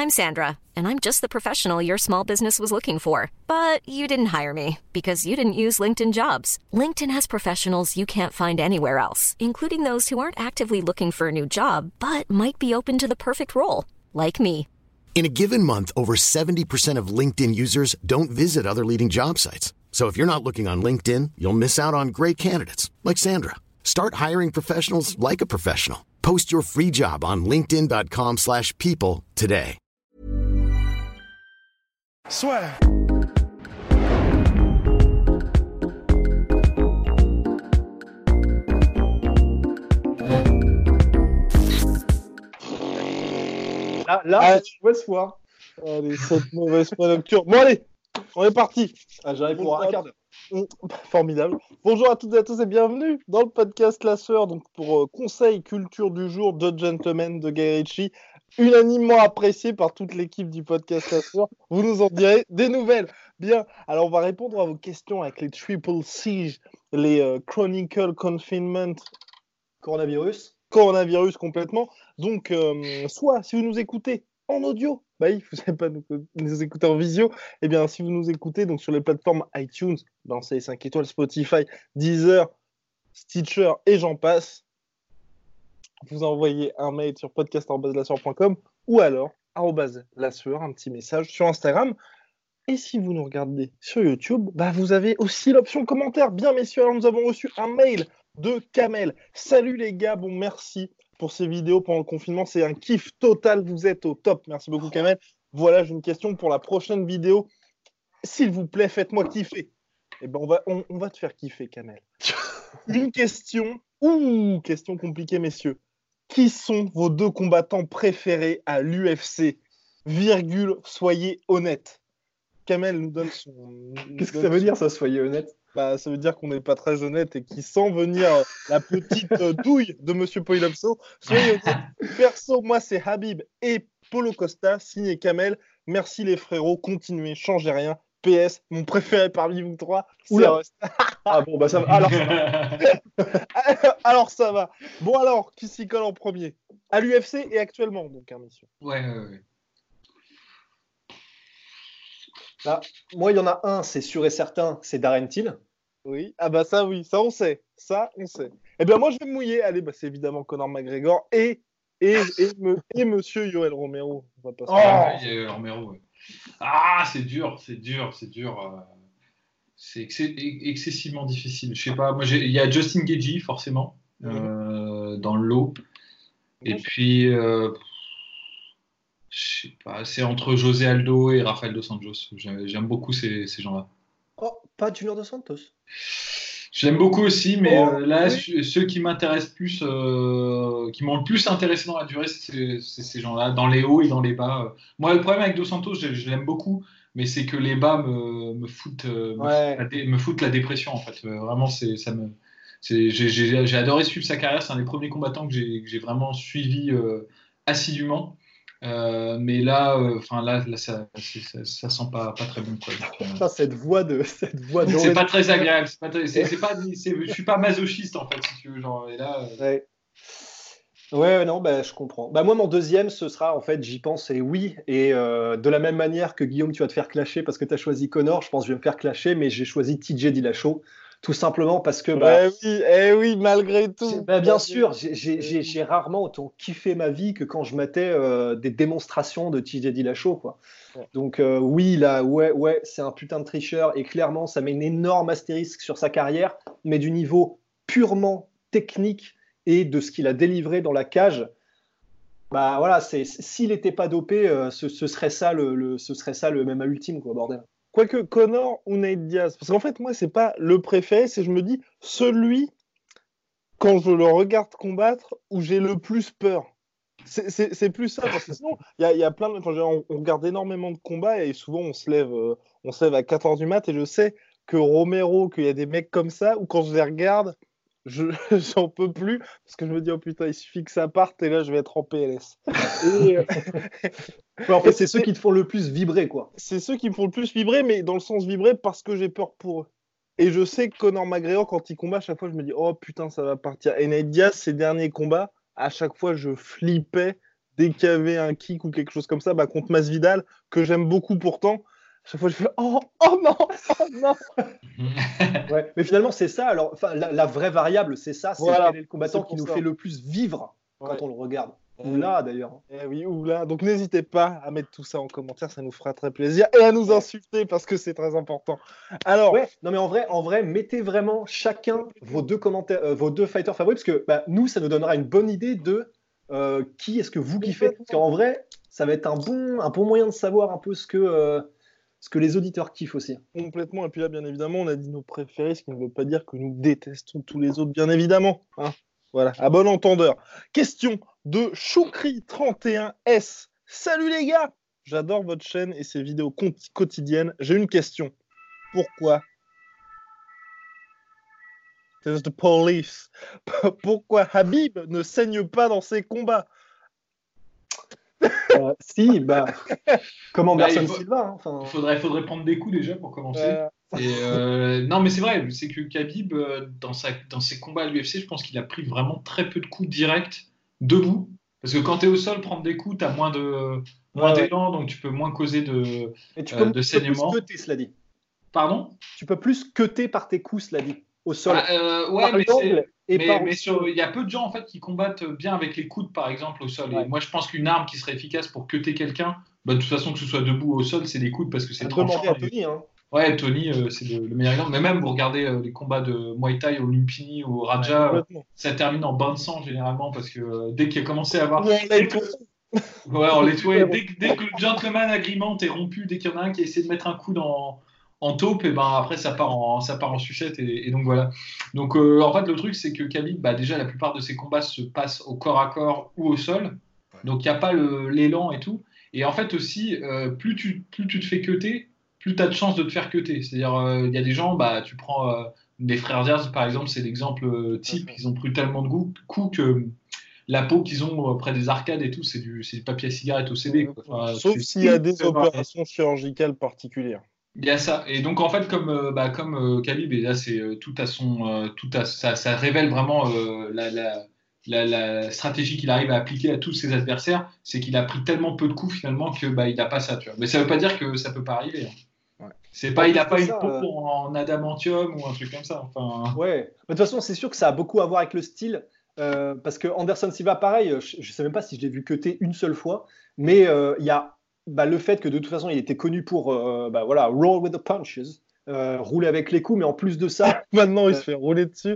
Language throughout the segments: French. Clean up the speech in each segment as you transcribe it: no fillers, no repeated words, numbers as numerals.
I'm Sandra, and I'm just the professional your small business was looking for. But you didn't hire me because you didn't use LinkedIn Jobs. LinkedIn has professionals you can't find anywhere else, including those who aren't actively looking for a new job, but might be open to the perfect role, like me. In a given month, over 70% of LinkedIn users don't visit other leading job sites. So if you're not looking on LinkedIn, you'll miss out on great candidates like Sandra. Start hiring professionals like a professional. Post your free job on linkedin.com/people today. Soit. Là, c'est une mauvaise foi. Allez, cette mauvaise foi nocturne. Bon, allez, on est parti. J'arrive pour un quart d'heure. Formidable. Bonjour à toutes et à tous et bienvenue dans le podcast La Sueur, donc pour conseil culture du jour de Gentleman de Guy Ritchie, unanimement apprécié par toute l'équipe du podcast La Sueur. Vous nous en direz des nouvelles. Bien, alors on va répondre à vos questions avec les Triple Siege, les Chronicle Confinement, Coronavirus complètement. Donc, soit si vous nous écoutez en audio, bah oui, vous n'allez pas nous écouter en visio. Eh bien, si vous nous écoutez donc sur les plateformes iTunes, c'est les 5 étoiles, Spotify, Deezer, Stitcher et j'en passe, vous envoyez un mail sur podcast@lasueur.com ou alors @lasueur, un petit message sur Instagram. Et si vous nous regardez sur YouTube, bah vous avez aussi l'option commentaire. Bien, messieurs, alors nous avons reçu un mail de Kamel. Salut les gars, bon merci pour ces vidéos pendant le confinement, c'est un kiff total, vous êtes au top. Merci beaucoup Kamel. Voilà, j'ai une question pour la prochaine vidéo. S'il vous plaît, faites-moi kiffer. Eh ben on va te faire kiffer Kamel. Une question, question compliquée messieurs. Qui sont vos deux combattants préférés à l'UFC ? Soyez honnêtes. Kamel nous donne son... Qu'est-ce que ça veut dire ça, soyez honnête ? Bah, ça veut dire qu'on n'est pas très honnête et qu'il sent venir la petite douille de Monsieur Poilopso. Soyez honnête. Perso, moi, c'est Habib et Paulo Costa, signé Kamel. Merci les frérots, continuez, changez rien. PS, mon préféré parmi vous trois, c'est Rust. Ah bon, bah ça va. Alors ça va. Alors ça va. Bon alors, qui s'y colle en premier ? À l'UFC et actuellement, donc, hein, messieurs. Ouais. Là, moi, il y en a un, c'est sûr et certain, c'est Darren Till. Oui, ah bah ça oui, ça on sait. Eh bien moi je vais me mouiller, allez, bah c'est évidemment Conor McGregor et Monsieur Yoel Romero. On va pas Romero, ouais. Ah, c'est dur. C'est excessivement difficile. Je sais pas, moi il y a Justin Gaethje forcément dans le lot. Et puis je sais pas, c'est entre José Aldo et Rafael Dos Anjos. J'aime beaucoup ces gens-là. Oh, pas Junior Dos Santos. J'aime beaucoup aussi, mais ceux qui m'intéressent plus, qui m'ont le plus intéressé dans la durée, c'est ces gens-là, dans les hauts et dans les bas. Moi, le problème avec Dos Santos, je l'aime beaucoup, mais c'est que les bas me foutent la dépression en fait. Vraiment, j'ai adoré suivre sa carrière. C'est un des premiers combattants que j'ai vraiment suivi assidûment. Mais là, ça sent pas très bon quoi. Donc, cette voix de. C'est pas très agréable. Je suis pas masochiste en fait, si tu veux, genre. Et là. Ouais, non, je comprends. Moi, mon deuxième, ce sera en fait, j'y pense, et oui, et de la même manière que Guillaume, tu vas te faire clasher parce que tu as choisi Conor. Je pense que je vais me faire clasher, mais j'ai choisi TJ Dillashaw. Tout simplement parce que oui, malgré tout. Bien sûr, j'ai rarement autant kiffé ma vie que quand je mettais des démonstrations de TJ Dillashaw, quoi. Ouais. Donc oui, là, c'est un putain de tricheur et clairement, ça met une énorme astérisque sur sa carrière, mais du niveau purement technique et de ce qu'il a délivré dans la cage. S'il n'était pas dopé, ce serait ça le MMA ultime, quoi, bordel. Quoique Conor ou Nate Diaz, parce qu'en fait moi c'est pas le préféré, c'est je me dis celui quand je le regarde combattre où j'ai le plus peur. C'est plus ça, parce que sinon il y a plein de... on regarde énormément de combats et souvent on se lève à 4h du mat et je sais que Romero, qu'il y a des mecs comme ça où quand je les regarde j'en peux plus parce que je me dis oh putain il suffit que ça parte et là je vais être en PLS. En fait c'est ceux qui te font le plus vibrer quoi. C'est ceux qui me font le plus vibrer, mais dans le sens vibrer parce que j'ai peur pour eux. Et je sais que Conor McGregor quand il combat à chaque fois je me dis oh putain ça va partir. Et Nate Diaz ses derniers combats à chaque fois je flippais dès qu'il y avait un kick ou quelque chose comme ça, contre Masvidal, que j'aime beaucoup pourtant, chaque fois je fais oh non, oh non. Ouais, mais finalement c'est ça. Alors, la vraie variable, c'est ça, c'est quel est le combattant qui nous fait le plus vivre quand on le regarde. Ou là d'ailleurs. Oui, ou là. Donc n'hésitez pas à mettre tout ça en commentaire, ça nous fera très plaisir, et à nous insulter parce que c'est très important. Alors, non mais en vrai, mettez vraiment chacun vos deux commentaires, vos deux fighters favoris, parce que nous, ça nous donnera une bonne idée de qui est-ce que vous kiffez. Parce qu'en vrai, ça va être un bon moyen de savoir un peu ce que les auditeurs kiffent aussi. Complètement. Et puis là, bien évidemment, on a dit nos préférés, ce qui ne veut pas dire que nous détestons tous les autres, bien évidemment. Hein. Voilà, à bon entendeur. Question de Choukri31S. Salut les gars, j'adore votre chaîne et ses vidéos quotidiennes. J'ai une question. Pourquoi There's the police. Pourquoi Khabib ne saigne pas dans ses combats? Si, comme Anderson Silva. Faudrait prendre des coups déjà pour commencer. Non, mais c'est vrai, c'est que Khabib, dans ses combats à l'UFC, je pense qu'il a pris vraiment très peu de coups directs debout. Parce que quand tu es au sol, prendre des coups, tu as moins d'élan, donc tu peux moins causer de saignement. Tu peux plus cutter, cela dit. Pardon ? Tu peux plus cutter par tes coups, cela dit, au sol. Mais il y a peu de gens en fait qui combattent bien avec les coudes, par exemple, au sol. Et moi, je pense qu'une arme qui serait efficace pour cutter quelqu'un, de toute façon, que ce soit debout ou au sol, c'est les coudes parce que c'est tranchant. À Tony, hein. Ouais, Tony, c'est le meilleur exemple. Mais même, vous regardez les combats de Muay Thai au Lumpini ou au Raja, ça termine en bain de sang généralement parce que dès qu'il a commencé à avoir. Dès que le gentleman agreement est rompu, dès qu'il y en a un qui essaie de mettre un coup en taupe, et après ça part en sucette et donc voilà. Donc en fait le truc c'est que Khabib, déjà la plupart de ses combats se passent au corps à corps ou au sol, donc il n'y a pas l'élan et tout. Et en fait aussi plus tu te fais cutter, plus tu as de chances de te faire cutter. C'est-à-dire il y a des gens, tu prends les frères Diaz par exemple, c'est l'exemple type, ils ont pris tellement de coups que la peau qu'ils ont près des arcades et tout, c'est du papier à cigarette au CD. Sauf s'il y a des opérations chirurgicales particulières. Il y a ça. Et donc, en fait, comme Khabib, et là, c'est ça révèle vraiment la stratégie qu'il arrive à appliquer à tous ses adversaires, c'est qu'il a pris tellement peu de coups, finalement, que il n'a pas ça, tu vois. Mais ça ne veut pas dire que ça ne peut pas arriver. Hein. Ouais. C'est pas, il n'a pas une peau en adamantium ou un truc comme ça. Enfin... Ouais. De toute façon, c'est sûr que ça a beaucoup à voir avec le style. Parce que Anderson Silva, pareil, je ne sais même pas si je l'ai vu cutter une seule fois, mais il y a le fait que de toute façon il était connu pour roll with the punches, rouler avec les coups, mais en plus de ça maintenant il se fait rouler dessus.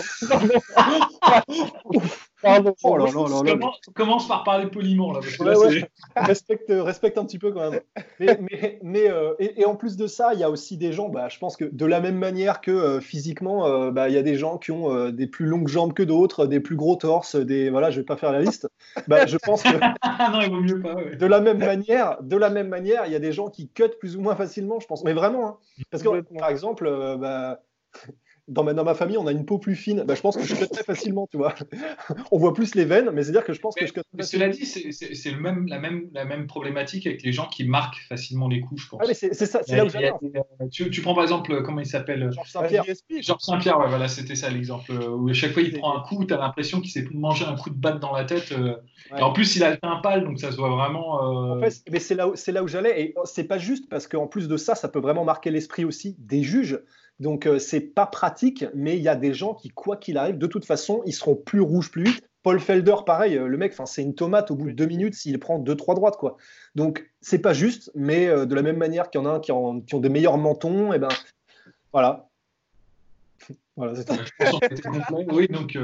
Pardon. Commence par parler poliment là, parce que respecte un petit peu quand même. Mais en plus de ça, il y a aussi des gens, je pense que de la même manière que physiquement, il y a des gens qui ont des plus longues jambes que d'autres, des plus gros torses, je vais pas faire la liste. Je pense que non, il vaut mieux pas. Ouais. De la même manière, il y a des gens qui cut plus ou moins facilement, je pense. Mais vraiment, hein. Parce que par exemple, dans ma famille, on a une peau plus fine. Je pense que je cut très facilement, tu vois. On voit plus les veines, mais c'est-à-dire que je pense que je cut mais cela dit, c'est la même problématique avec les gens qui marquent facilement les coups, je pense. Ah, mais c'est ça, c'est là où j'allais. Tu prends par exemple, comment il s'appelle ? Georges Saint-Pierre. Georges Saint-Pierre, ouais, voilà, c'était ça l'exemple. Où à chaque fois il prend un coup, tu as l'impression qu'il s'est mangé un coup de batte dans la tête. Et en plus, il a le teint pâle, donc ça se voit vraiment. En fait, mais c'est là où j'allais. Et c'est pas juste parce qu'en plus de ça, ça peut vraiment marquer l'esprit aussi des juges. Donc, c'est pas pratique, mais il y a des gens qui, quoi qu'il arrive, de toute façon, ils seront plus rouges plus vite. Paul Felder, pareil, le mec, c'est une tomate au bout de 2 minutes s'il prend 2-3 droites, quoi. Donc, c'est pas juste, mais de la même manière qu'il y en a un qui ont des meilleurs mentons, et voilà. Voilà, c'est tout. Je pense qu'on était complet. Oui, donc.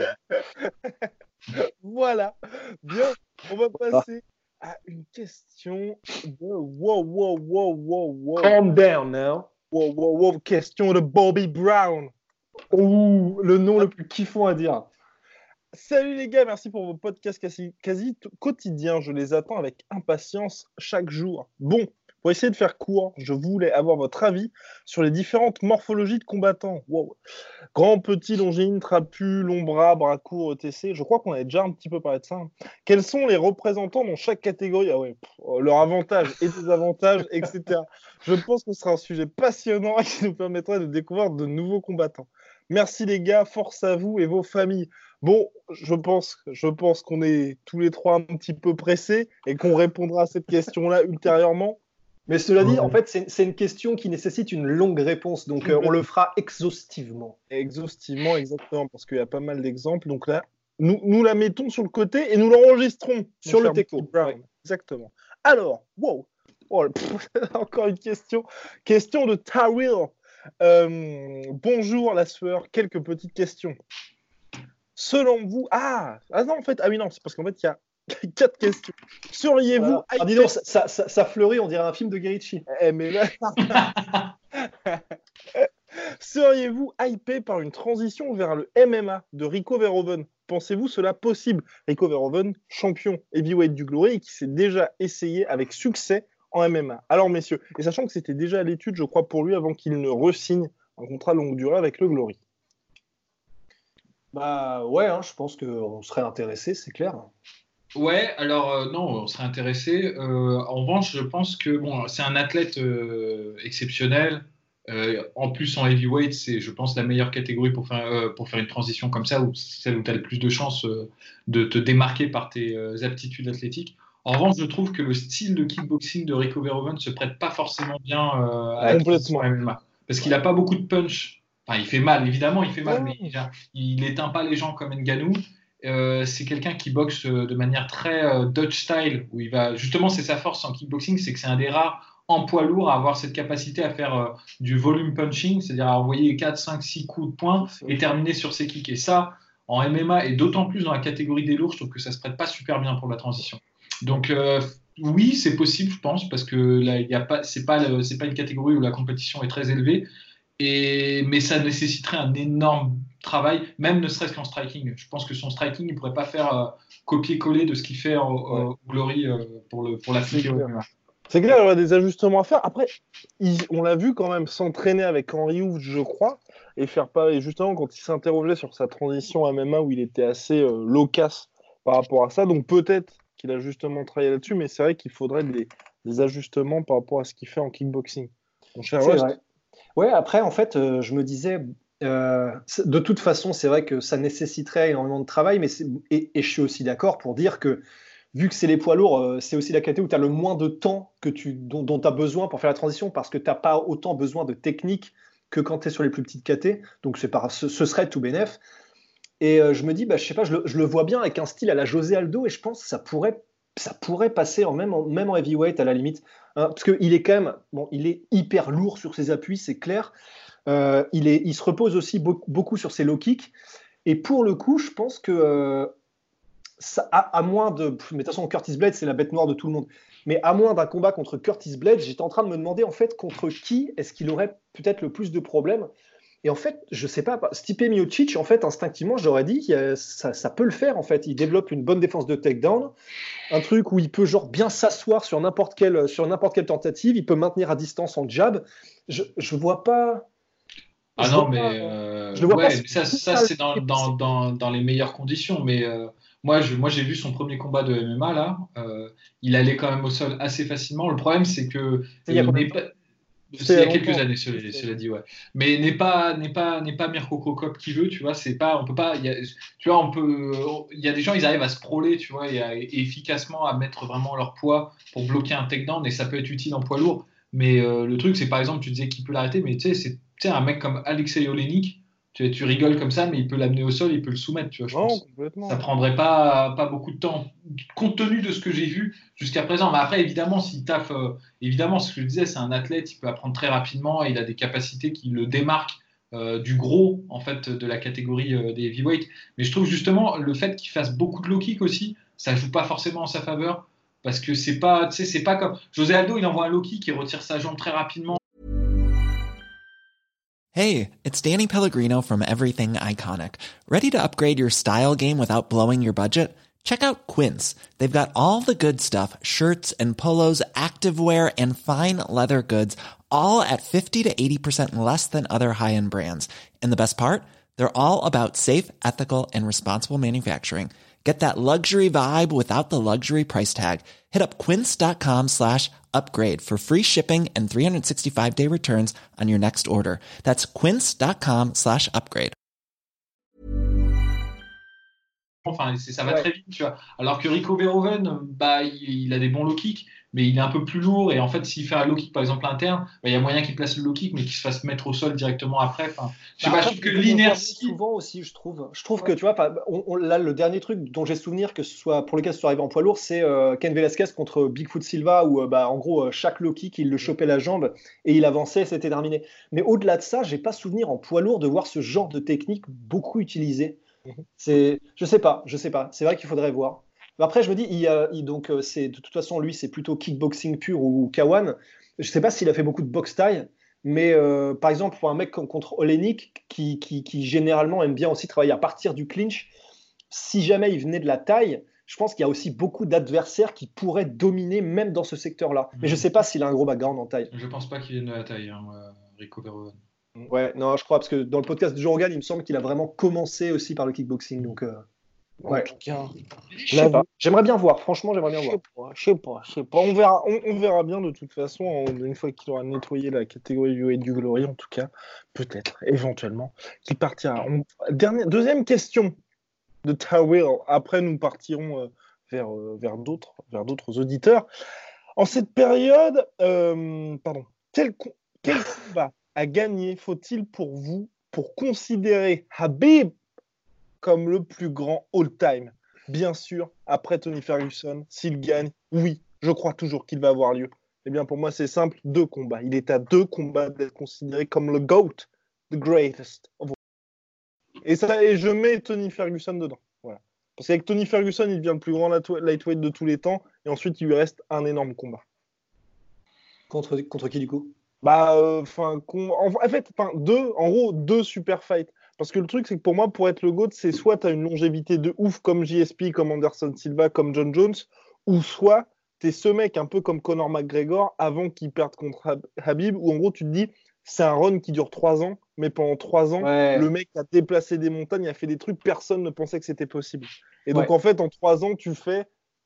Voilà. Bien, on va passer à une question de wow. Calm down now. Wow, question de Bobby Brown. Ouh, le nom le plus kiffant à dire. Salut les gars, merci pour vos podcasts quasi quotidiens. Je les attends avec impatience chaque jour. Bon, pour essayer de faire court, je voulais avoir votre avis sur les différentes morphologies de combattants. Wow. Grand, petit, longiligne, trapu, long bras, bras courts, ETC. Je crois qu'on avait déjà un petit peu parlé de ça. Quels sont les représentants dans chaque catégorie ? Leurs avantages et désavantages, etc. Je pense que ce sera un sujet passionnant et qui nous permettrait de découvrir de nouveaux combattants. Merci les gars, force à vous et vos familles. Bon, je pense qu'on est tous les trois un petit peu pressés et qu'on répondra à cette question-là ultérieurement. Mais cela dit, en fait, c'est une question qui nécessite une longue réponse, donc on le fera exhaustivement. Exhaustivement, exactement, parce qu'il y a pas mal d'exemples. Donc là, nous la mettons sur le côté et nous l'enregistrons sur le Teco. Ouais. Exactement. Alors, wow, encore une question. Question de Tawil. Bonjour la sueur, quelques petites questions. Selon vous, oui, non, c'est parce qu'en fait, il y a 4 questions. Seriez-vous... dis donc, ça fleurit, on dirait un film de Guy Ritchie. Mais là... Seriez-vous hypé par une transition vers le MMA de Rico Verhoeven? Pensez-vous cela possible? Rico Verhoeven, champion heavyweight du Glory et qui s'est déjà essayé avec succès en MMA. Alors messieurs, et sachant que c'était déjà à l'étude, je crois, pour lui avant qu'il ne re-signe un contrat longue durée avec le Glory. Bah ouais, je pense qu'on serait intéressé, c'est clair. Ouais, alors non, on serait intéressé. En revanche, je pense que c'est un athlète exceptionnel. En plus, en heavyweight, c'est, je pense, la meilleure catégorie pour faire une transition comme ça, celle où tu as le plus de chances de te démarquer par tes aptitudes athlétiques. En revanche, je trouve que le style de kickboxing de Rico Verhoeven ne se prête pas forcément bien à la transition MMA. Parce qu'il n'a pas beaucoup de punch. Enfin, il fait mal, évidemment, mais il n'éteint pas les gens comme Ngannou. C'est quelqu'un qui boxe de manière très Dutch style, où il va, justement, c'est sa force en kickboxing, c'est que c'est un des rares en poids lourd à avoir cette capacité à faire du volume punching, c'est-à-dire à envoyer 4, 5, 6 coups de poing et terminer sur ses kicks. Et ça, en MMA, et d'autant plus dans la catégorie des lourds, je trouve que ça se prête pas super bien pour la transition. Donc oui, c'est possible, je pense, parce que là, c'est pas une catégorie où la compétition est très élevée, mais ça nécessiterait un énorme travail, même ne serait-ce qu'en striking. Je pense que son striking, il ne pourrait pas faire copier-coller de ce qu'il fait au Glory pour l'Afrique. C'est clair, il y aura des ajustements à faire. Après, on l'a vu quand même s'entraîner avec Henry Hooft, je crois, et faire pareil. Justement, quand il s'interrogeait sur sa transition à MMA, où il était assez loquace par rapport à ça. Donc peut-être qu'il a justement travaillé là-dessus, mais c'est vrai qu'il faudrait des ajustements par rapport à ce qu'il fait en kickboxing. Mon cher Rust. Vrai. Ouais, après, en fait, je me disais, de toute façon, c'est vrai que ça nécessiterait énormément de travail, et je suis aussi d'accord pour dire que, vu que c'est les poids lourds, c'est aussi la catégorie où tu as le moins de temps dont tu as besoin pour faire la transition, parce que tu n'as pas autant besoin de technique que quand tu es sur les plus petites catés. Donc, ce serait tout bénef. Et je me dis, je sais pas, je le vois bien avec un style à la José Aldo, et je pense que ça pourrait passer même en heavyweight à la limite. Parce qu'il est quand même, il est hyper lourd sur ses appuis, c'est clair. Il se repose aussi beaucoup sur ses low kicks. Et pour le coup, je pense que ça, à moins de... Mais de toute façon, Curtis Blades, c'est la bête noire de tout le monde. Mais à moins d'un combat contre Curtis Blades, j'étais en train de me demander, en fait, contre qui est-ce qu'il aurait peut-être le plus de problèmes. Et en fait, je sais pas, Stipe Miocic, en fait, instinctivement, j'aurais dit que ça peut le faire, en fait. Il développe une bonne défense de takedown, un truc où il peut bien s'asseoir sur n'importe quelle tentative, il peut maintenir à distance en jab. Je vois pas... Je le vois pas. Ça c'est dans les meilleures conditions, mais moi j'ai vu son premier combat de MMA, là, il allait quand même au sol assez facilement. Le problème, c'est que... C'est il y a quelques années, cela dit, ouais. Mais n'est pas Mirko Cro Cop qui veut, tu vois. C'est pas, on peut pas. Il y a des gens, ils arrivent à se proler, tu vois, et efficacement à mettre vraiment leur poids pour bloquer un takedown, et ça peut être utile en poids lourd. Mais le truc, c'est par exemple, tu disais qu'il peut l'arrêter, mais tu sais, c'est un mec comme Alexei Oleinik. Tu rigoles comme ça, mais il peut l'amener au sol, il peut le soumettre, tu vois. Je pense. Ça prendrait pas beaucoup de temps, compte tenu de ce que j'ai vu jusqu'à présent. Mais après, évidemment, s'il taffe, évidemment, ce que je disais, c'est un athlète, il peut apprendre très rapidement, et il a des capacités qui le démarquent du gros, en fait, de la catégorie des heavyweights. Mais je trouve justement le fait qu'il fasse beaucoup de low kick aussi, ça joue pas forcément en sa faveur, parce que c'est pas comme José Aldo, il envoie un low kick et retire sa jambe très rapidement. Hey, it's Danny Pellegrino from Everything Iconic. Ready to upgrade your style game without blowing your budget? Check out Quince. They've got all the good stuff, shirts and polos, activewear, and fine leather goods, all at 50 to 80% less than other high-end brands. And the best part? They're all about safe, ethical, and responsible manufacturing. Get that luxury vibe without the luxury price tag. Hit up quince.com/upgrade for free shipping and 365-day returns on your next order. That's quince.com/upgrade. Enfin, ça va très vite, tu vois. Alors que Rico Verhoeven, il a des bons low kicks, mais il est un peu plus lourd. Et en fait, s'il fait un low kick, par exemple, interne, il y a moyen qu'il place le low kick, mais qu'il se fasse mettre au sol directement après. Enfin, je trouve que l'inertie. Souvent aussi, je trouve que, tu vois, là, le dernier truc dont j'ai souvenir, que ce soit pour lequel ce soit arrivé en poids lourd, c'est Ken Velasquez contre Bigfoot Silva, où, en gros, chaque low kick, il le chopait la jambe et il avançait, c'était terminé. Mais au-delà de ça, j'ai pas souvenir en poids lourd de voir ce genre de technique beaucoup utilisée. Je sais pas. C'est vrai qu'il faudrait voir. Après, je me dis, de toute façon, lui, c'est plutôt kickboxing pur ou K1. Je sais pas s'il a fait beaucoup de boxe taille, mais par exemple, pour un mec contre Oleinik, qui généralement aime bien aussi travailler à partir du clinch, si jamais il venait de la taille, je pense qu'il y a aussi beaucoup d'adversaires qui pourraient dominer même dans ce secteur-là. Mais je sais pas s'il a un gros background en taille. Je pense pas qu'il vienne de la taille, Rico Verhoeven. Ouais, non, je crois, parce que dans le podcast de Joe Rogan, il me semble qu'il a vraiment commencé aussi par le kickboxing. Donc, ouais. Je sais pas. J'aimerais bien voir, franchement, j'aimerais bien voir. Je sais pas. On verra bien de toute façon, une fois qu'il aura nettoyé la catégorie du Glory, en tout cas, peut-être, éventuellement, qu'il partira. Deuxième question de Tawil. Après, nous partirons vers d'autres auditeurs. En cette période, quel combat à gagner faut-il pour vous pour considérer Khabib comme le plus grand all-time? Bien sûr, après Tony Ferguson, s'il gagne, oui, je crois toujours qu'il va avoir lieu. Eh bien, pour moi, c'est simple, 2 combats. Il est à 2 combats d'être considéré comme le GOAT, the greatest of all. Et je mets Tony Ferguson dedans. Voilà. Parce qu'avec Tony Ferguson, il devient le plus grand lightweight de tous les temps, et ensuite, il lui reste un énorme combat. Contre qui, du coup? En gros, 2 super fights. Parce que le truc, c'est que pour moi, pour être le GOAT, c'est soit tu as une longévité de ouf comme JSP, comme Anderson Silva, comme John Jones, ou soit tu es ce mec un peu comme Conor McGregor avant qu'il perde contre Khabib, où en gros, tu te dis, c'est un run qui dure 3 ans, mais pendant 3 ans, le mec a déplacé des montagnes, il a fait des trucs, personne ne pensait que c'était possible. Et donc, en fait, en 3 ans, tu fais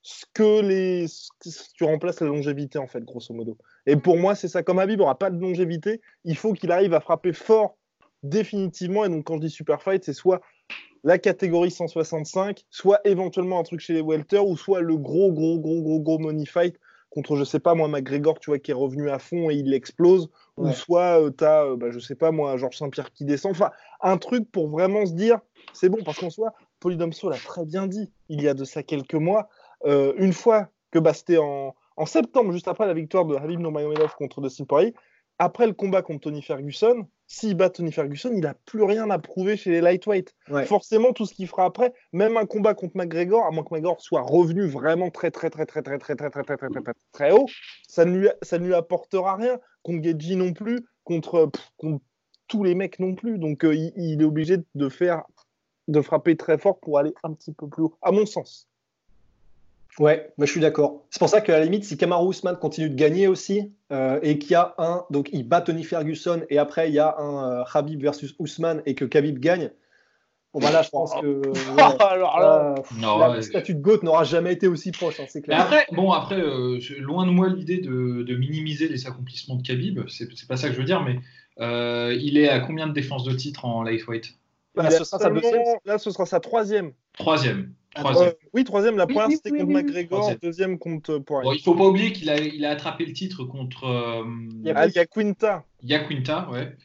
tu remplaces la longévité, en fait, grosso modo. Et pour moi, c'est ça. Comme Khabib n'aura pas de longévité, il faut qu'il arrive à frapper fort définitivement. Et donc, quand je dis super fight, c'est soit la catégorie 165, soit éventuellement un truc chez les welter, ou soit le gros money fight contre, je sais pas moi, McGregor, tu vois, qui est revenu à fond et il l'explose, ou soit t'as, je sais pas moi, Georges Saint-Pierre qui descend. Enfin, un truc pour vraiment se dire, c'est bon, parce qu'en soi, Polydomso l'a très bien dit il y a de ça quelques mois. Une fois que c'était en septembre, juste après la victoire de Khabib Nurmagomedov contre Dustin Poirier, après le combat contre Tony Ferguson, s'il bat Tony Ferguson, il n'a plus rien à prouver chez les lightweight. Forcément, tout ce qu'il fera après, même un combat contre McGregor, à moins que McGregor soit revenu vraiment très haut, ça ne lui apportera rien. Contre Gaethje non plus, contre tous les mecs non plus. Donc, il est obligé de frapper très fort pour aller un petit peu plus haut, à mon sens. Ouais, je suis d'accord. C'est pour ça qu'à la limite, si Kamaru Usman continue de gagner aussi, et qu'il y a donc il bat Tony Ferguson, et après il y a un Khabib versus Usman, et que Khabib gagne, là je pense que le statut de GOAT n'aura jamais été aussi proche, hein, c'est clair. Après, loin de moi l'idée de minimiser les accomplissements de Khabib, c'est pas ça que je veux dire, mais il est à combien de défenses de titre en lightweight? Là, ce sera sa 3e. Troisième. Oui, 3e. La première, c'était contre McGregor. 2e contre Poirier. Il ne faut pas oublier qu'il a attrapé le titre contre Yaquinta. Ouais.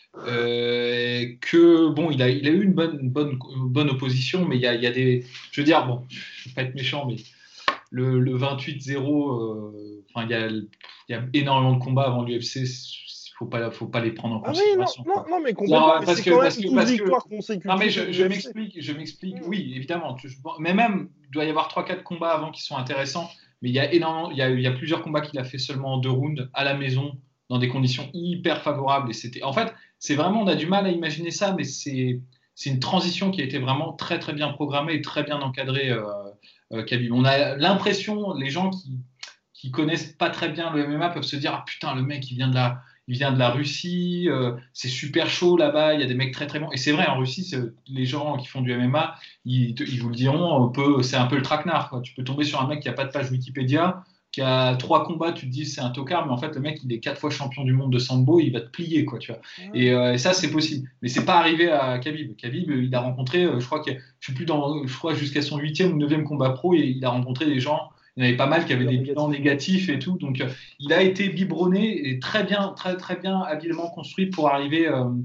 Il a eu une bonne opposition, mais il y a des. Je veux dire, je ne veux pas être méchant, mais le 28-0, il y a énormément de combats avant l'UFC. Faut pas les prendre en considération. Non, mais complètement. Parce que victoire consécutive. Non, mais je m'explique. Oui, évidemment. Mais même, il doit y avoir 3-4 combats avant qui sont intéressants. Mais il y a énormément, il y a plusieurs combats qu'il a fait seulement en 2 rounds à la maison, dans des conditions hyper favorables. Et en fait, c'est vraiment, on a du mal à imaginer ça, mais c'est une transition qui a été vraiment très très bien programmée et très bien encadrée. Khabib. On a l'impression, les gens qui connaissent pas très bien le MMA peuvent se dire, ah putain, le mec il vient de la Russie, c'est super chaud là-bas, il y a des mecs très très bons. Et c'est vrai, en Russie, les gens qui font du MMA, ils vous le diront, c'est un peu le traquenard, quoi. Tu peux tomber sur un mec qui n'a pas de page Wikipédia, qui a 3 combats, tu te dis c'est un tocard, mais en fait le mec il est 4 fois champion du monde de sambo, il va te plier quoi, tu vois. Et ça c'est possible, mais c'est pas arrivé à Khabib. Khabib il a rencontré, je crois jusqu'à son 8e ou 9e combat pro, et il a rencontré des gens, il y en avait pas mal qui avaient des bilans négatifs et tout, donc il a été biberonné et très bien, très bien habilement construit pour arriver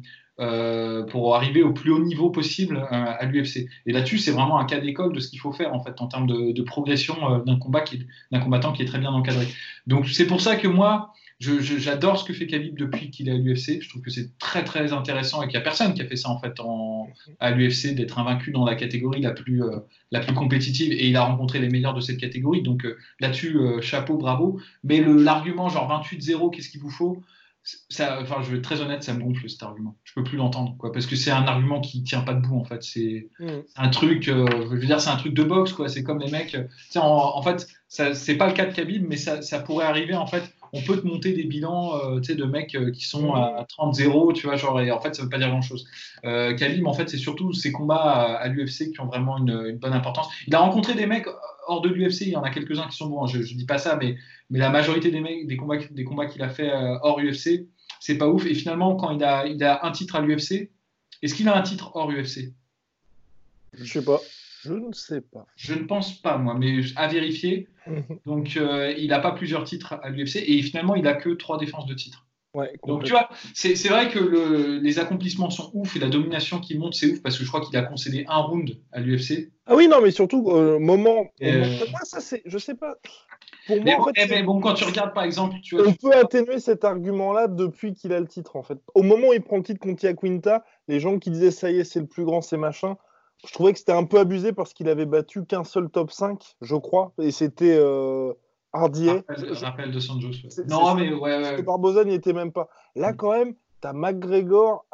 au plus haut niveau possible à l'UFC. Et là-dessus, c'est vraiment un cas d'école de ce qu'il faut faire en fait en termes de progression d'un combattant qui est très bien encadré. Donc c'est pour ça que moi, j'adore ce que fait Khabib depuis qu'il est à l'UFC. Je trouve que c'est très très intéressant et qu'il n'y a personne qui a fait ça en fait à l'UFC, d'être invaincu dans la catégorie la plus compétitive, et il a rencontré les meilleurs de cette catégorie. Donc là-dessus, chapeau, bravo. Mais l'argument genre 28-0, qu'est-ce qu'il vous faut? Ça, enfin, je vais être très honnête, ça me gonfle cet argument. Je peux plus l'entendre, quoi, parce que c'est un argument qui tient pas debout en fait. C'est un truc, je veux dire, c'est un truc de boxe, quoi. C'est comme les mecs. En fait, c'est pas le cas de Khabib, mais ça pourrait arriver en fait. On peut te monter des bilans, de mecs qui sont à 30-0, tu vois, genre, et en fait, ça veut pas dire grand-chose. Khabib, en fait, c'est surtout ses combats à l'UFC qui ont vraiment une bonne importance. Il a rencontré des mecs hors de l'UFC, il y en a quelques-uns qui sont bons. Je dis pas ça, mais la majorité des combats qu'il a fait hors UFC, c'est pas ouf. Et finalement, quand il a un titre à l'UFC, est-ce qu'il a un titre hors UFC? Je sais pas. Je ne sais pas. Je ne pense pas, moi, mais à vérifier. Donc, il n'a pas plusieurs titres à l'UFC, et finalement, il n'a que 3 défenses de titres. Ouais, donc, tu vois, c'est vrai que les accomplissements sont ouf, et la domination qu'il montre, c'est ouf, parce que je crois qu'il a concédé un round à l'UFC. Ah oui, non, mais surtout, moi, ça, c'est. Je sais pas. Pour moi, mais bon, quand tu regardes, par exemple. On peut atténuer cet argument-là depuis qu'il a le titre, en fait. Au moment où il prend le titre contre Iaquinta, les gens qui disaient ça y est, c'est le plus grand, c'est machin. Je trouvais que c'était un peu abusé parce qu'il avait battu qu'un seul top 5, je crois, et c'était Hardier. Rappel de Santos. Non, mais ouais. Barbosa n'y était même pas. Là, quand même, t'as McGregor,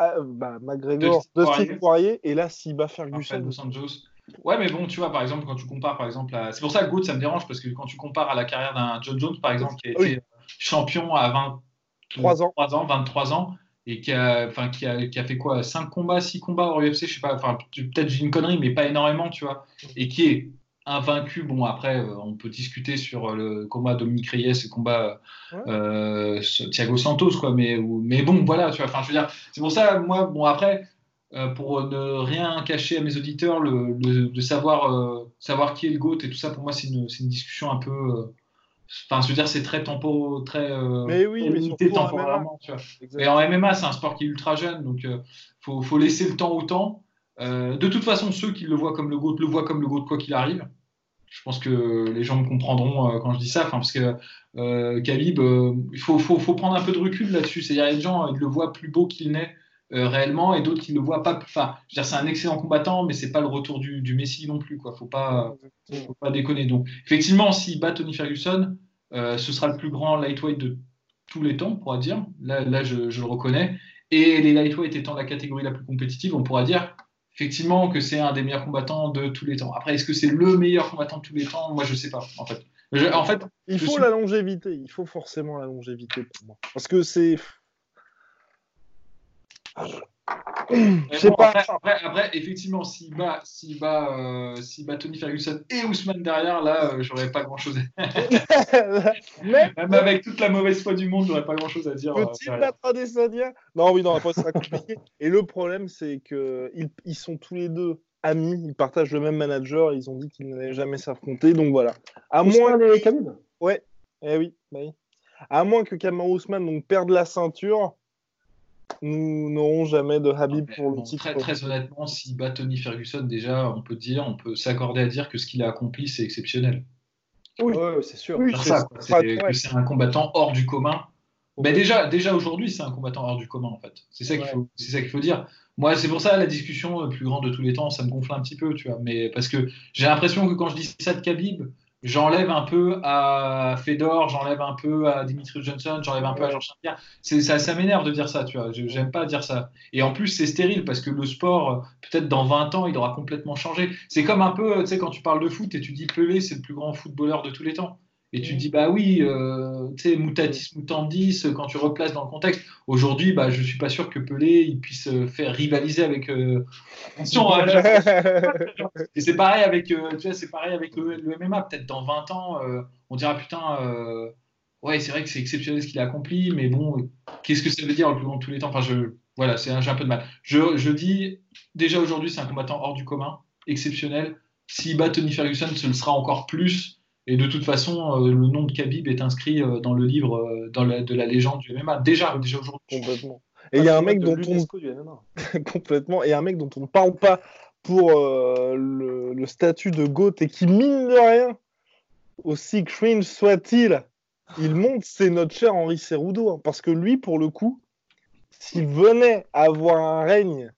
Dustin Poirier, et là, s'il bat Ferguson. Rappel de Santos. Ouais, mais bon, tu vois, par exemple, quand tu compares, par exemple, c'est pour ça que GOAT, ça me dérange, parce que quand tu compares à la carrière d'un John Jones, par exemple, qui a été champion à 23 ans, et qui a fait quoi, 5 combats, 6 combats hors UFC, je sais pas, enfin, peut-être j'ai une connerie, mais pas énormément, tu vois, et qui est invaincu. Bon, après, on peut discuter sur le combat Dominique Reyes et le combat Thiago Santos, quoi, mais bon, voilà, tu vois, enfin, je veux dire, c'est pour ça, moi, bon, après, pour ne rien cacher à mes auditeurs, de savoir qui est le GOAT et tout ça, pour moi, c'est une discussion un peu. Enfin, je veux dire, c'est très mais oui, limité temporairement. Tu vois. Et en MMA, c'est un sport qui est ultra jeune, donc faut laisser le temps au temps. De toute façon, ceux qui le voient comme le GOAT quoi qu'il arrive. Je pense que les gens me comprendront quand je dis ça, parce que Khabib, il faut prendre un peu de recul là-dessus. C'est-à-dire, il y a des gens qui le voient plus beau qu'il n'est réellement, et d'autres qui le voient pas. Enfin, je veux dire, c'est un excellent combattant, mais c'est pas le retour du Messi non plus, quoi. Faut pas déconner. Donc, effectivement, s'il bat Tony Ferguson, ce sera le plus grand lightweight de tous les temps, on pourra dire. Là, je le reconnais. Et les lightweights étant la catégorie la plus compétitive, on pourra dire effectivement que c'est un des meilleurs combattants de tous les temps. Après, est-ce que c'est le meilleur combattant de tous les temps? Moi, je sais pas, en fait. Il faut la longévité. Il faut forcément la longévité pour moi. Parce que c'est. Je sais pas. Après, effectivement, s'il bat Tony Ferguson et Ousmane derrière, là, j'aurais pas grand-chose même avec toute la mauvaise foi du monde, j'aurais pas grand-chose à dire. Peut-il battre Adesanya? Non, après, ça sera compliqué. Et le problème, c'est qu'ils sont tous les deux amis, ils partagent le même manager, ils ont dit qu'ils n'allaient jamais s'affronter, donc voilà. À moins les Khabib. Ouais, oui. À moins que Kamaru Ousmane perde la ceinture, nous n'aurons jamais de Khabib pour le titre. Très honnêtement, s'il bat Tony Ferguson, déjà, on peut s'accorder à dire que ce qu'il a accompli, c'est exceptionnel. Oui, c'est sûr. Oui, c'est un combattant hors du commun. Mais déjà aujourd'hui, c'est un combattant hors du commun, en fait. C'est ça qu'il faut dire. Moi, c'est pour ça la discussion plus grande de tous les temps, ça me gonfle un petit peu, tu vois. Mais parce que j'ai l'impression que quand je dis ça de Khabib, j'enlève un peu à Fedor, j'enlève un peu à Dimitri Johnson, j'enlève un peu à Georges Saint-Pierre. Ça m'énerve de dire ça, tu vois. J'aime pas dire ça. Et en plus, c'est stérile parce que le sport, peut-être dans 20 ans, il aura complètement changé. C'est comme un peu, tu sais, quand tu parles de foot et tu dis Pelé, c'est le plus grand footballeur de tous les temps. Et tu te dis, bah oui, tu sais, mutatis mutandis, quand tu replaces dans le contexte, aujourd'hui, bah, je suis pas sûr que Pelé il puisse faire rivaliser avec. Attention, hein, et c'est pareil avec, tu vois, c'est pareil avec le MMA. Peut-être dans 20 ans, on dira putain, ouais, c'est vrai que c'est exceptionnel ce qu'il a accompli, mais bon, qu'est-ce que ça veut dire le plus grand de tous les temps? Enfin, voilà, j'ai un peu de mal. Je dis, déjà aujourd'hui, c'est un combattant hors du commun, exceptionnel. S'il bat Tony Ferguson, ce le sera encore plus. Et de toute façon, le nom de Khabib est inscrit dans le livre de la légende du MMA. Déjà aujourd'hui. Complètement. Et il y a un mec dont on complètement. Et un mec dont on ne parle pas pour le statut de GOAT et qui, mine de rien, aussi cringe soit-il, il monte, c'est notre cher Henri Cerudo. Hein, parce que lui, pour le coup, s'il venait avoir un règne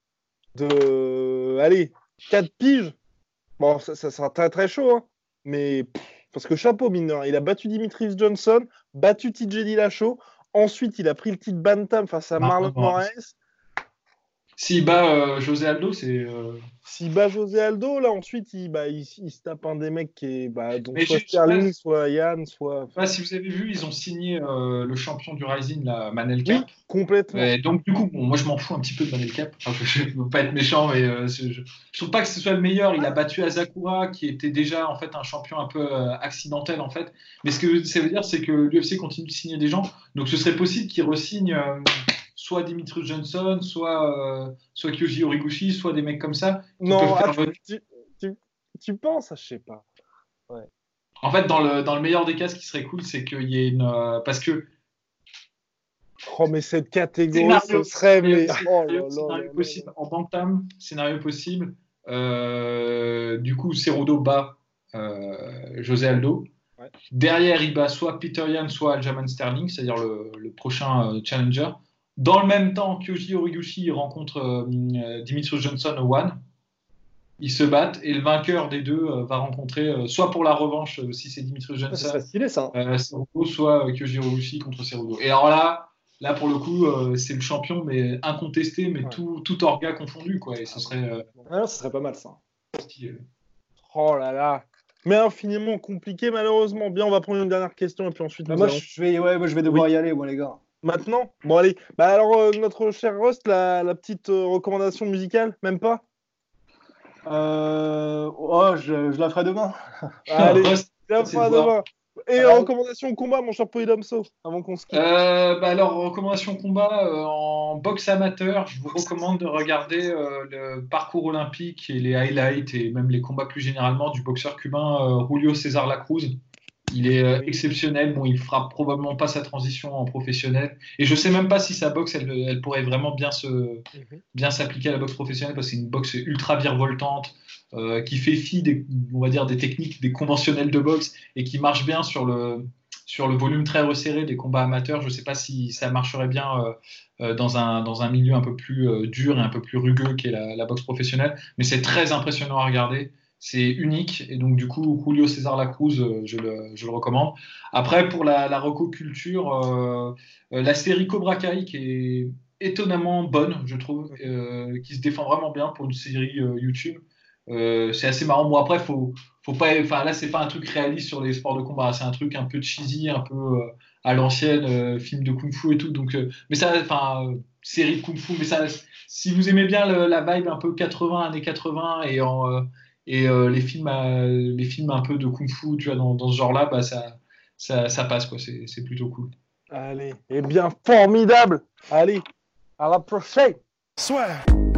de 4 piges, bon, ça sera très très chaud. Hein, mais parce que chapeau, mine de rien, il a battu Demetrius Johnson, battu TJ Dillashaw. Ensuite, il a pris le titre Bantam face à Marlon Moraes. S'il bat José Aldo, c'est. S'il bat José Aldo, là, ensuite, il se tape un des mecs qui est. Donc, soit Sterling, soit Yann, soit. Si vous avez vu, ils ont signé le champion du Rising, la Manel Cap. Oui, complètement. Et donc, du coup, moi, je m'en fous un petit peu de Manel Cap. Enfin, je ne veux pas être méchant, mais je trouve pas que ce soit le meilleur. Il a battu Asakura, qui était déjà, en fait, un champion un peu accidentel, en fait. Mais ce que ça veut dire, c'est que l'UFC continue de signer des gens. Donc, ce serait possible qu'il re-signe. Soit Demetrius Johnson, soit Kyoji Horiguchi, soit des mecs comme ça. Non, tu penses, je sais pas. Ouais. En fait, dans le meilleur des cas, ce qui serait cool, c'est qu'il y ait une. Parce que. Oh, mais cette catégorie, ce serait. Scénario possible. En bantam, scénario possible. Du coup, Cerudo bat José Aldo. Ouais. Derrière, il bat soit Peter Yan, soit Aljamain Sterling, c'est-à-dire le prochain challenger. Dans le même temps, Kyoji Horiguchi rencontre Demetrius Johnson au One. Ils se battent et le vainqueur des deux va rencontrer, soit pour la revanche, si c'est Demetrius Johnson, ça stylé, ça. Cerudo, soit Kyoji Horiguchi contre Cerudo. Et alors là pour le coup, c'est le champion, mais incontesté, mais tout orga confondu, quoi. Et ce serait. Alors, ce serait pas mal, ça. Oh là là. Mais infiniment compliqué, malheureusement. Bien, on va prendre une dernière question et puis ensuite. Moi, je vais devoir y aller, moi, les gars. Maintenant ? Bon, allez. Bah alors, notre cher Rust, la petite recommandation musicale, même pas ? Je la ferai demain. Allez, je la ferai demain. Et recommandation combat, mon cher Polydomso, avant qu'on se quitte. Alors, recommandation combat, en boxe amateur, je vous recommande de regarder le parcours olympique et les highlights et même les combats plus généralement du boxeur cubain Julio César Lacruz. Il est exceptionnel. Bon, il fera probablement pas sa transition en professionnel. Et je sais même pas si sa boxe, elle pourrait vraiment bien s'appliquer à la boxe professionnelle parce que c'est une boxe ultra virevoltante qui fait fi des techniques des conventionnels de boxe et qui marche bien sur le volume très resserré des combats amateurs. Je sais pas si ça marcherait bien dans un milieu un peu plus dur et un peu plus rugueux qu'est la boxe professionnelle. Mais c'est très impressionnant à regarder. C'est unique et donc du coup Julio César Lacruz, je le recommande. Après pour la reco culture, la série Cobra Kai qui est étonnamment bonne, je trouve, qui se défend vraiment bien pour une série YouTube. C'est assez marrant. Bon après faut pas, enfin là c'est pas un truc réaliste sur les sports de combat, c'est un truc un peu cheesy, un peu à l'ancienne, film de kung-fu et tout. Donc mais ça, enfin série de kung-fu, mais ça, si vous aimez bien la vibe un peu années 80 et les films un peu de kung-fu, tu vois, dans ce genre-là, bah ça passe, quoi. C'est plutôt cool. Allez, eh bien, formidable. Allez, à la prochaine. Soit.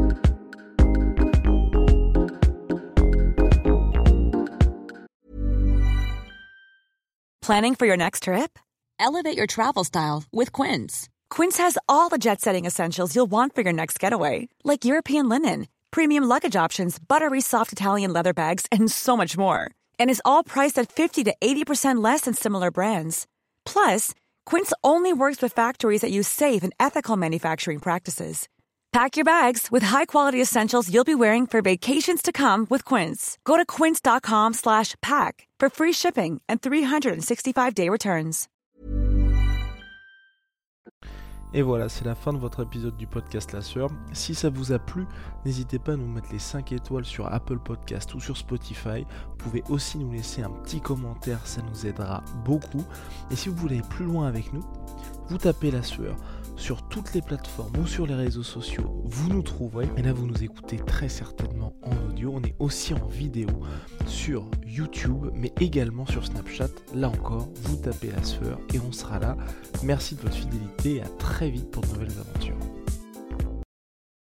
Planning for your next trip? Elevate your travel style with Quince. Quince has all the jet-setting essentials you'll want for your next getaway, like European linen, premium luggage options, buttery soft Italian leather bags, and so much more. And is all priced at 50 to 80% less than similar brands. Plus, Quince only works with factories that use safe and ethical manufacturing practices. Pack your bags with high-quality essentials you'll be wearing for vacations to come with Quince. Go to quince.com/pack for free shipping and 365-day returns. Et voilà, c'est la fin de votre épisode du podcast La Sueur. Si ça vous a plu, n'hésitez pas à nous mettre les 5 étoiles sur Apple Podcast ou sur Spotify. Vous pouvez aussi nous laisser un petit commentaire, ça nous aidera beaucoup. Et si vous voulez aller plus loin avec nous, vous tapez La Sueur sur toutes les plateformes ou sur les réseaux sociaux, vous nous trouverez. Et là, vous nous écoutez très certainement en audio. On est aussi en vidéo sur YouTube, mais également sur Snapchat. Là encore, vous tapez La Sueur et on sera là. Merci de votre fidélité et à très vite pour de nouvelles aventures.